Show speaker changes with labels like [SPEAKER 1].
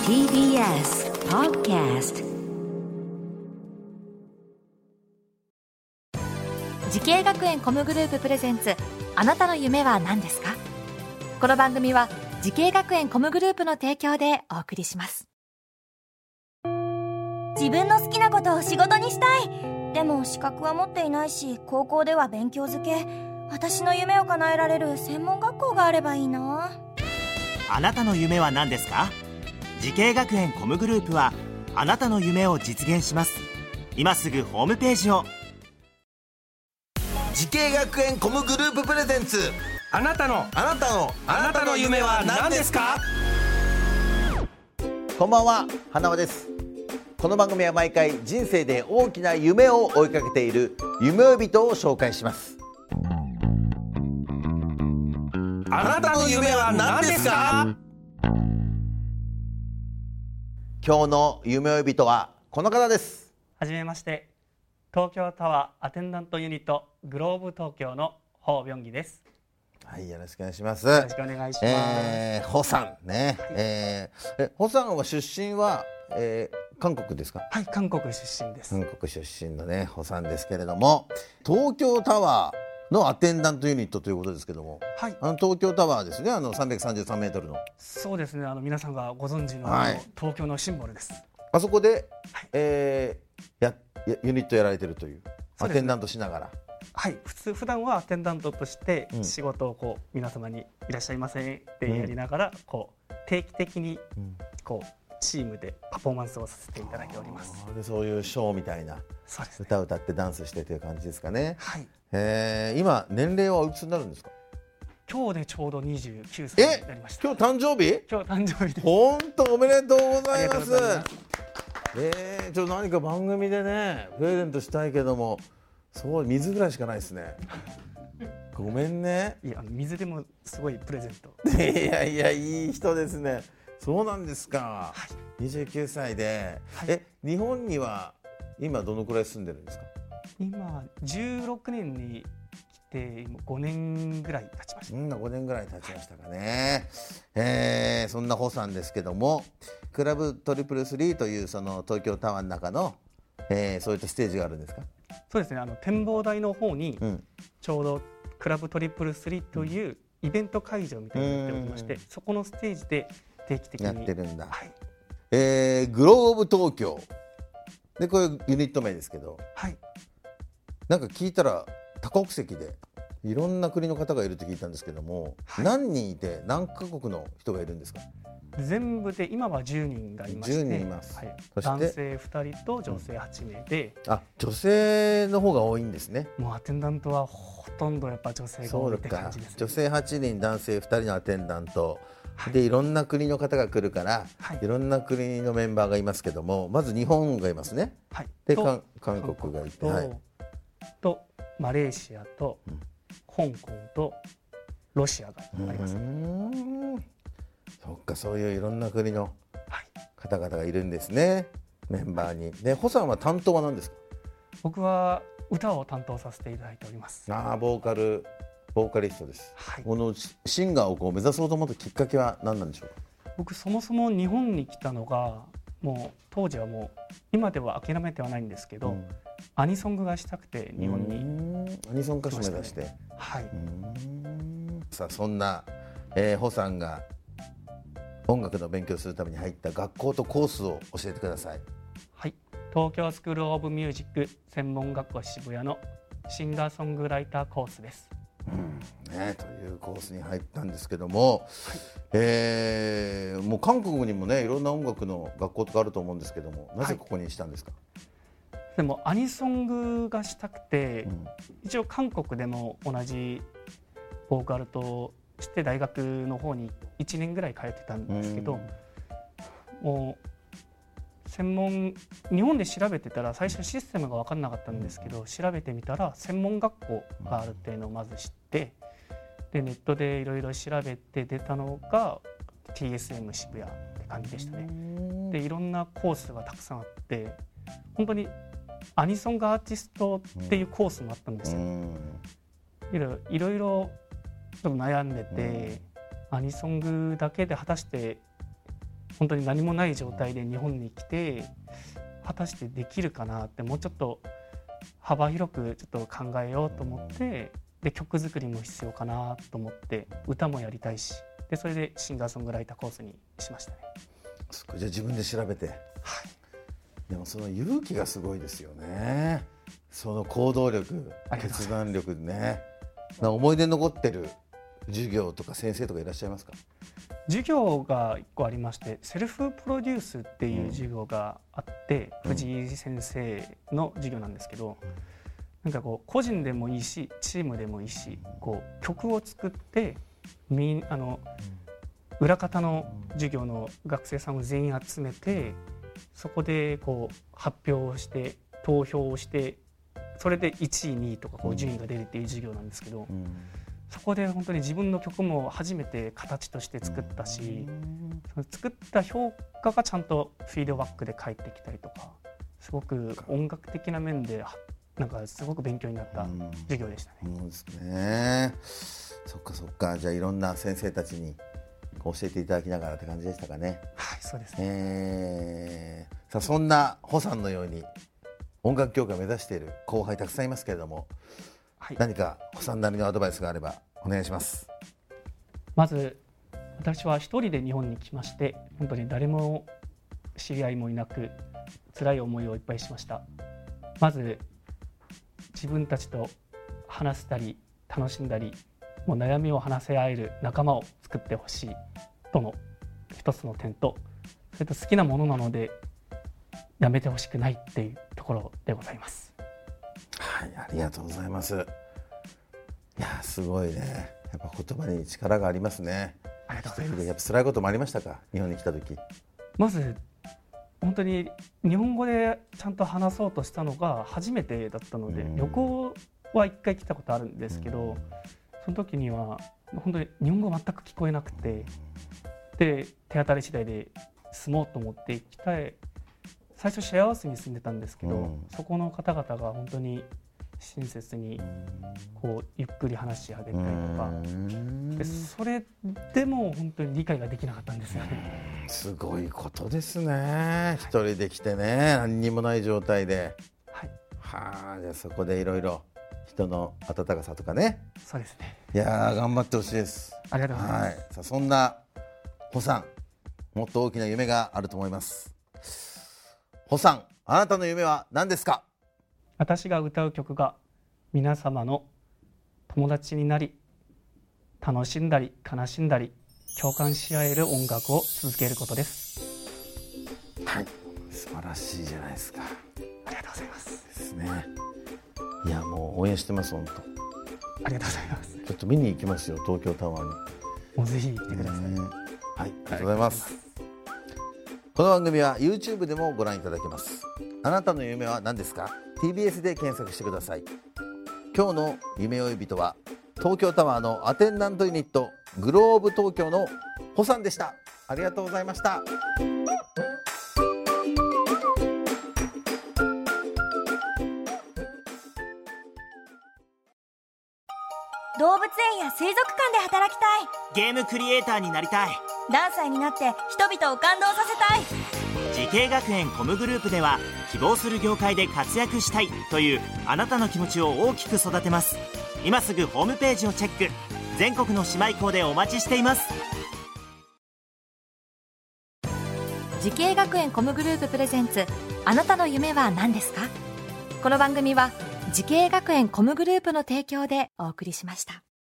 [SPEAKER 1] TBS Podcast。
[SPEAKER 2] 時系学園コムグループプレゼンツ、あなたの夢は何ですか？この番組は時系学園コムグループの提供でお送りします。
[SPEAKER 3] 自分の好きなことを仕事にしたい。でも資格は持っていないし、高校では勉強づけ。私の夢を叶えられる専門学校があればいいな。
[SPEAKER 4] あなたの夢は何ですか？時系学園コムグループはあなたの夢を実現します。今すぐホームページを。
[SPEAKER 5] 時系学園コムグループプレゼンツ、
[SPEAKER 6] あなたの夢は何ですか？
[SPEAKER 5] こんばんは、花輪です。この番組は毎回人生で大きな夢を追いかけている夢追い人を紹介します。
[SPEAKER 6] あなたの夢は何ですか？
[SPEAKER 5] 今日の夢追い人はこの方です。
[SPEAKER 7] はじめまして、東京タワーアテンダントユニットグローブ東京のホウ・ビョンギです。
[SPEAKER 5] はい、よろしくお願いします。
[SPEAKER 7] よろしくお願いします。
[SPEAKER 5] ホさんね、ホさんは出身は、韓国ですか？
[SPEAKER 7] はい、韓国出身です。
[SPEAKER 5] 韓国出身のね、ホさんですけれども、東京タワーのアテンダントユニットということですけども、
[SPEAKER 7] はい、
[SPEAKER 5] 東京タワーですね、333メートルの。
[SPEAKER 7] そうですね、皆さんがご存知の、
[SPEAKER 5] はい、
[SPEAKER 7] 東京のシンボルです。
[SPEAKER 5] あそこで、
[SPEAKER 7] はい、
[SPEAKER 5] ユニットやられてるという、アテンダントしながら。
[SPEAKER 7] はい、普段はアテンダントとして仕事をこう皆様にいらっしゃいませってやりながら、こう定期的にこうチームでパフォーマンスをさせていただいております。
[SPEAKER 5] でそういうショーみたいな、
[SPEAKER 7] そうですね、
[SPEAKER 5] 歌を歌ってダンスしてという感じですかね。
[SPEAKER 7] はい、
[SPEAKER 5] 今年齢はいくつになるんですか？
[SPEAKER 7] 今日でちょうど29歳になりました。
[SPEAKER 5] 今日誕生日？
[SPEAKER 7] 今日誕生日です。
[SPEAKER 5] 本当おめでとうございます。ちょっと何か番組でねプレゼントしたいけども、そう水ぐらいしかないですね。ごめんね。
[SPEAKER 7] いや、水でもすごいプレゼント。
[SPEAKER 5] いやいい人ですね。そうなんですか。
[SPEAKER 7] はい、
[SPEAKER 5] 29歳で、はい、日本には今どのくらい住んでるんですか？
[SPEAKER 7] 今16年に来て5年ぐらい経ちました。
[SPEAKER 5] 5年ぐらい経ちましたかね。そんなホさんですけども、クラブトリプル3というその東京タワーの中の、そういったステージがあるんですか？
[SPEAKER 7] そうですね、展望台の方にちょうどクラブトリプル3というイベント会場みたいになっておりまして、そこのステージで定期的に
[SPEAKER 5] やってるんだ。
[SPEAKER 7] はい、
[SPEAKER 5] グローブ東京で、こういうユニット名ですけど、
[SPEAKER 7] はい、
[SPEAKER 5] なんか聞いたら多国籍でいろんな国の方がいるって聞いたんですけども、はい、何人いて何カ国の人がいるんですか？
[SPEAKER 7] 全部で今は10人がいまして、
[SPEAKER 5] 10人います。
[SPEAKER 7] はい、
[SPEAKER 5] そして
[SPEAKER 7] 男性2人と女性8名で、
[SPEAKER 5] 女性の方が多いんですね。
[SPEAKER 7] もうアテンダントはほとんどやっぱ女性が多いって感じですね。
[SPEAKER 5] 女性8人男性2人のアテンダントで、いろんな国の方が来るから、はい、いろんな国のメンバーがいますけども、まず日本がいますね。はい、で韓国がいて、はい、
[SPEAKER 7] とマレーシアと、香港とロシアがあります。
[SPEAKER 5] そっか、そういういろんな国の方々がいるんですね、メンバーに。で、ホさんは担当は何ですか？
[SPEAKER 7] 僕は歌を担当させていただいております。
[SPEAKER 5] ボーカリストです。はい、このシンガーをこう目指そうと思ったきっかけは何なんでしょうか？
[SPEAKER 7] 僕そもそも日本に来たのが、もう当時はもう今では諦めてはないんですけど、アニソングがしたくて日本に
[SPEAKER 5] アニソン歌手目指して、
[SPEAKER 7] はい、
[SPEAKER 5] さあそんな、ホさんが音楽の勉強するために入った学校とコースを教えてください。
[SPEAKER 7] はい、東京スクールオブミュージック専門学校渋谷のシンガーソングライターコースです。
[SPEAKER 5] というコースに入ったんですけども、はい、もう韓国にもねいろんな音楽の学校とかあると思うんですけども、なぜここにしたんですか？
[SPEAKER 7] はい、でもアニソングがしたくて、一応韓国でも同じボーカルとして大学の方に1年ぐらい通ってたんですけど、もう日本で調べてたら最初システムが分かんなかったんですけど、調べてみたら専門学校があるっていうのをまず知って、でネットでいろいろ調べて出たのが TSM 渋谷って感じでしたね。でいろんなコースがたくさんあって、本当にアニソンがアーティストっていうコースもあったんですよ。いろいろちょっと悩んでて、アニソングだけで果たして本当に何もない状態で日本に来て果たしてできるかなって、もうちょっと幅広くちょっと考えようと思って、で曲作りも必要かなと思って、歌もやりたいし、でそれでシンガーソングライターコースにしましたね。
[SPEAKER 5] じゃあ自分で調べて、
[SPEAKER 7] はい、
[SPEAKER 5] でもその勇気がすごいですよね。その行動力、決断力ね。思い出に残ってる授業とか先生とかいらっしゃいますか？
[SPEAKER 7] 授業が1個ありまして、セルフプロデュースっていう授業があって、藤井先生の授業なんですけど、なんかこう個人でもいいしチームでもいいし、こう曲を作って裏方の授業の学生さんを全員集めて、そこでこう発表をして投票をして、それで1位2位とかこう順位が出るっていう授業なんですけど、そこで本当に自分の曲も初めて形として作ったし、その作った評価がちゃんとフィードバックで返ってきたりとか、すごく音楽的な面でなんかすごく勉強になった授業でしたね。
[SPEAKER 5] そうですね。そっかそっか。じゃあいろんな先生たちに教えていただきながらって感じでしたかね。
[SPEAKER 7] はい、そうですね。
[SPEAKER 5] さあそんなホさんのように音楽協会を目指している後輩たくさんいますけれども、はい、何かホさんなりのアドバイスがあればお願いします。
[SPEAKER 7] まず私は一人で日本に来まして、本当に誰も知り合いもいなく辛い思いをいっぱいしました。まず自分たちと話したり楽しんだり、もう悩みを話せ合える仲間を作ってほしいとの一つの点と、それと好きなものなのでやめてほしくないっていうところでございます。
[SPEAKER 5] はい、ありがとうございます。いやすごいね。やっぱ言葉に力がありますね。
[SPEAKER 7] ありがとうございます。
[SPEAKER 5] やっぱ辛いこともありましたか？日本に来た時。ま
[SPEAKER 7] ず本当に日本語でちゃんと話そうとしたのが初めてだったので、旅行は1回来たことあるんですけど、その時には本当に日本語全く聞こえなくて、で手当たり次第で住もうと思って来た。最初シェアハウスに住んでたんですけど、そこの方々が本当に親切にこうゆっくり話し上げたりとかで、それでも本当に理解ができなかったんですよね。
[SPEAKER 5] すごいことですね。一人で来てね、何にもない状態で、はい、はあ、じゃあそこでいろいろ人の温かさとかね。
[SPEAKER 7] そうですね。
[SPEAKER 5] いや頑張ってほしいです。
[SPEAKER 7] ありがとうございます。
[SPEAKER 5] はい、さあそんなホさん、もっと大きな夢があると思います。ホさん、あなたの夢は何ですか？
[SPEAKER 7] 私が歌う曲が皆様の友達になり、楽しんだり悲しんだり共感し合える音楽を続けることです。
[SPEAKER 5] はい、素晴らしいじゃないですか。
[SPEAKER 7] ありがとうございます。
[SPEAKER 5] ですね。いやもう応援してます。本当
[SPEAKER 7] ありがとうございます。
[SPEAKER 5] ちょっと見に行きますよ、東京タワーに。
[SPEAKER 7] もうぜひ行ってください。はい、
[SPEAKER 5] ありがとうございます。この番組は YouTube でもご覧いただけます。あなたの夢は何ですか？ TBS で検索してください。今日の夢追い人は東京タワーのアテンダントユニットグローブ東京のホさんでした。ありがとうございました。
[SPEAKER 3] 動物園や水族館で働きたい。
[SPEAKER 4] ゲームクリエイターになりたい。
[SPEAKER 3] 何歳になって人々を感動させたい。
[SPEAKER 4] 時系学園コムグループでは、希望する業界で活躍したいというあなたの気持ちを大きく育てます。今すぐホームページをチェック。全国の姉妹校でお待ちしています。
[SPEAKER 2] 時系学園コムグループプレゼンツ、あなたの夢は何ですか？この番組は時系学園コムグループの提供でお送りしました。